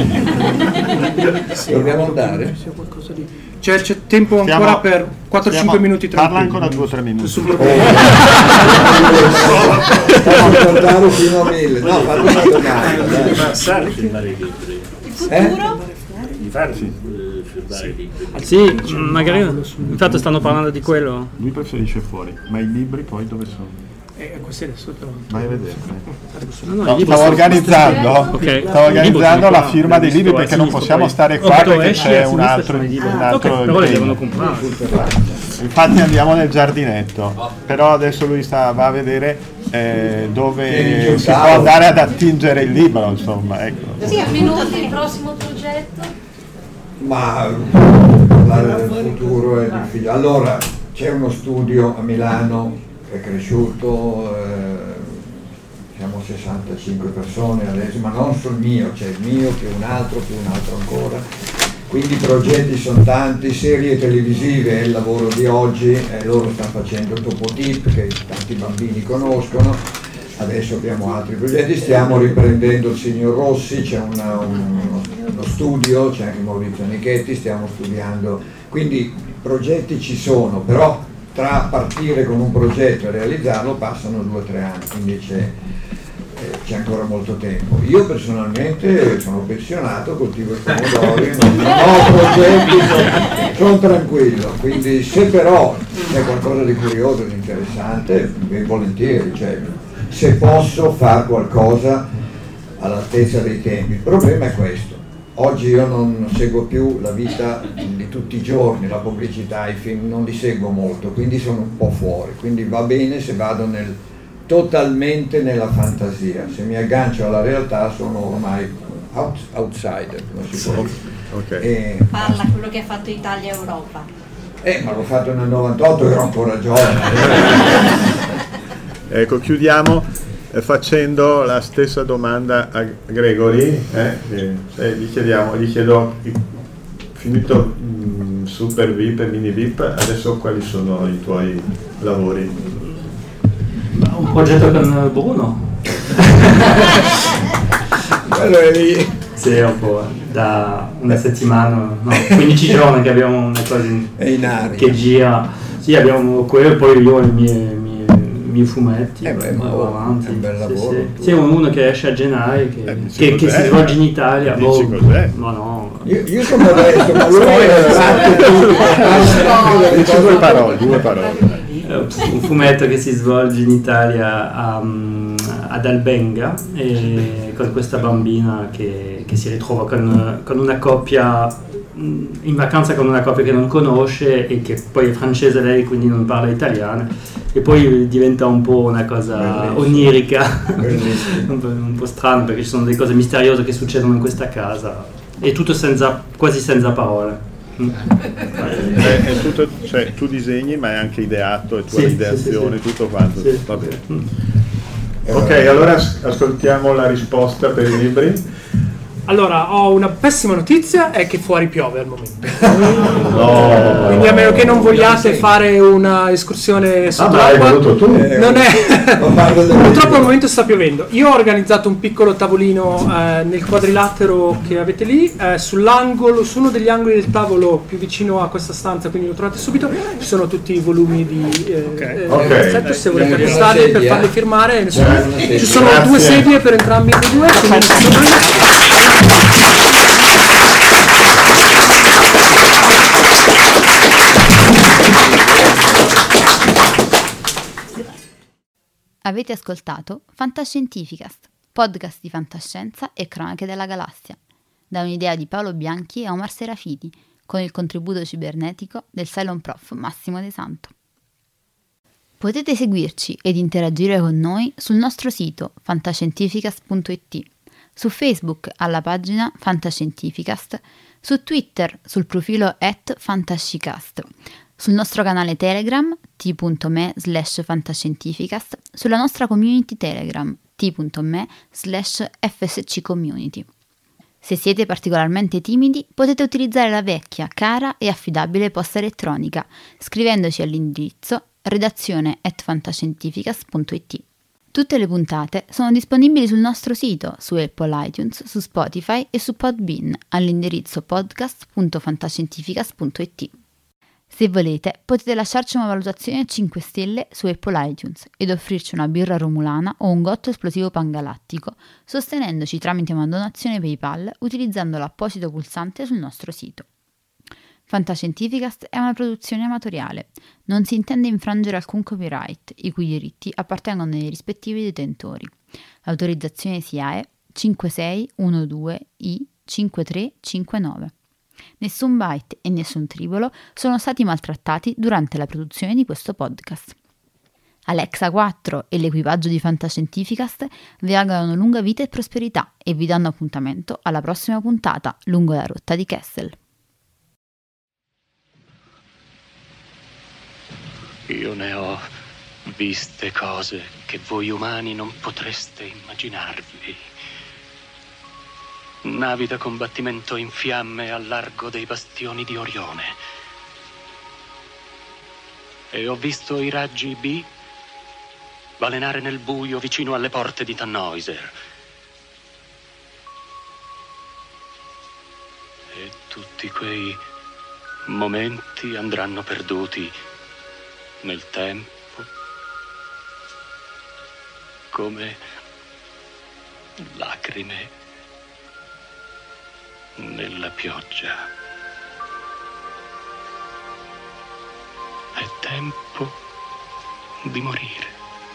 Dobbiamo andare? C'è tempo ancora per 4-5 minuti tranquilli. Parla ancora 2 o 3 minuti. Possiamo contare fino a 1000. No, fate una domanda. Il futuro? Sì, magari infatti stanno parlando di quello. Lui preferisce fuori, ma i libri poi dove sono? Questi adesso te lo... Vai a vedere. Stavo organizzando la firma dei libri perché non possiamo stare qua perché c'è un altro però li devono comprare. Infatti andiamo nel giardinetto, però adesso lui va a vedere dove si può andare ad attingere il libro, insomma, ecco. Sì, a minuti il prossimo progetto. Ma parlare del futuro è difficile. Allora, c'è uno studio a Milano che è cresciuto, siamo 65 persone adesso, ma non sul mio, c'è il mio più un altro ancora, quindi i progetti sono tanti, serie televisive è il lavoro di oggi, loro stanno facendo Topo Tip che tanti bambini conoscono, adesso abbiamo altri progetti, stiamo riprendendo il Signor Rossi, c'è uno studio, c'è anche Maurizio Nichetti, stiamo studiando, quindi progetti ci sono, però tra partire con un progetto e realizzarlo passano 2 o 3 anni, quindi c'è ancora molto tempo. Io personalmente sono pensionato, coltivo i pomodori, non ho progetti, sono tranquillo, quindi se però c'è qualcosa di curioso, di interessante, ben volentieri, cioè, se posso fare qualcosa all'altezza dei tempi. Il problema è questo. Oggi io non seguo più la vita di tutti i giorni, la pubblicità, i film, non li seguo molto, quindi sono un po' fuori, quindi va bene se vado totalmente nella fantasia, se mi aggancio alla realtà sono ormai outsider, come si può dire. Okay. Parla quello che ha fatto Italia-Europa. Ma l'ho fatto nel 98, ero ancora giovane. Ecco, chiudiamo facendo la stessa domanda a Gregory, gli chiedo, finito Super VIP e Mini VIP, adesso quali sono i tuoi lavori? Un progetto con Bruno. Quello è lì. Sì, un po', da una settimana, 15 giorni che abbiamo una cosa in aria che gira. Sì, abbiamo quello, poi io ho i miei fumetti, ma è un bel lavoro. Sì, uno che esce a gennaio, che si svolge in Italia. Cos'è? Ma no. Io sono modesto, ma lui dice due parole. Un fumetto che si svolge in Italia ad Albenga, con questa bambina che si ritrova con una coppia in vacanza con una coppia che non conosce e che poi è francese lei, quindi non parla italiano, e poi diventa un po' una cosa onirica, un po' strano, perché ci sono delle cose misteriose che succedono in questa casa e tutto quasi senza parole. È tutto, cioè, tu disegni ma è anche ideato, è tua ideazione, tutto quanto. Va bene. Ok, allora ascoltiamo la risposta per i libri. Allora, ho una pessima notizia, è che fuori piove al momento. No. Quindi a meno che non vogliate fare una escursione sott'acqua, non è. Purtroppo al momento sta piovendo. Io ho organizzato un piccolo tavolino nel quadrilatero che avete lì, sull'angolo, su uno degli angoli del tavolo più vicino a questa stanza, quindi lo trovate subito. Ci sono tutti i volumi di se volete acquistare per farli firmare. Ci sono 2 sedie per entrambi i due. Avete ascoltato Fantascientificast, podcast di fantascienza e cronache della galassia, da un'idea di Paolo Bianchi e Omar Serafiti, con il contributo cibernetico del Cylon Prof Massimo De Santo. Potete seguirci ed interagire con noi sul nostro sito fantascientificast.it, su Facebook alla pagina Fantascientificast, su Twitter sul profilo @fantascicast, sul nostro canale Telegram t.me/fantascientificast, sulla nostra community Telegram t.me/fsccommunity. Se siete particolarmente timidi, potete utilizzare la vecchia, cara e affidabile posta elettronica, scrivendoci all'indirizzo redazione@fantascientificast.it. Tutte le puntate sono disponibili sul nostro sito, su Apple iTunes, su Spotify e su Podbean, all'indirizzo podcast.fantascientificast.it. Se volete, potete lasciarci una valutazione a 5 stelle su Apple iTunes ed offrirci una birra romulana o un gotto esplosivo pangalattico, sostenendoci tramite una donazione PayPal utilizzando l'apposito pulsante sul nostro sito. Fantascientificast è una produzione amatoriale. Non si intende infrangere alcun copyright, i cui diritti appartengono ai rispettivi detentori. L'autorizzazione SIAE 5612I5359. Nessun byte e nessun tribolo sono stati maltrattati durante la produzione di questo podcast. Alexa 4 e l'equipaggio di Fantascientificast vi augurano lunga vita e prosperità e vi danno appuntamento alla prossima puntata lungo la rotta di Kessel. Io ne ho viste cose che voi umani non potreste immaginarvi. Navi da combattimento in fiamme al largo dei bastioni di Orione. E ho visto i raggi B balenare nel buio vicino alle porte di Tannhäuser. E tutti quei momenti andranno perduti nel tempo, come lacrime nella pioggia. È tempo di morire.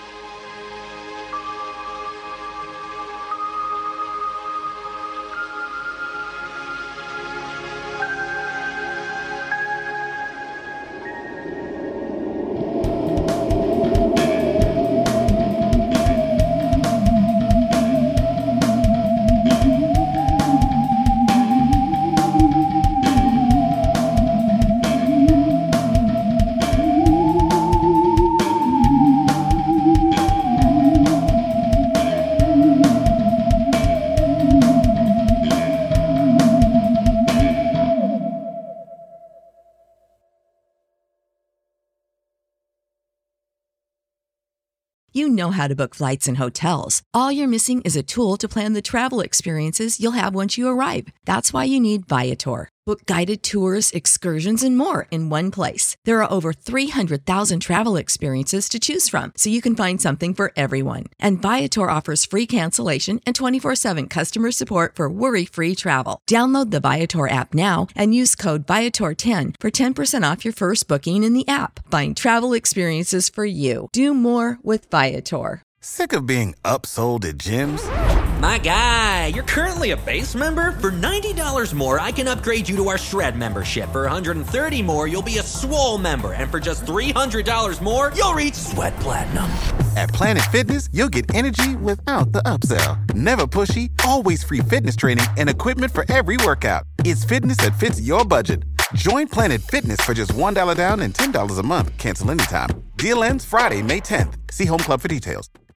You know how to book flights and hotels. All you're missing is a tool to plan the travel experiences you'll have once you arrive. That's why you need Viator. Book guided tours, excursions, and more in one place. There are over 300,000 travel experiences to choose from, so you can find something for everyone. And Viator offers free cancellation and 24/7 customer support for worry-free travel. Download the Viator app now and use code Viator10 for 10% off your first booking in the app. Find travel experiences for you. Do more with Viator. Sick of being upsold at gyms? My guy, you're currently a base member? For $90 more, I can upgrade you to our Shred membership. For $130 more, you'll be a Swole member. And for just $300 more, you'll reach Sweat Platinum. At Planet Fitness, you'll get energy without the upsell. Never pushy, always free fitness training and equipment for every workout. It's fitness that fits your budget. Join Planet Fitness for just $1 down and $10 a month. Cancel anytime. Deal ends Friday, May 10th. See Home Club for details.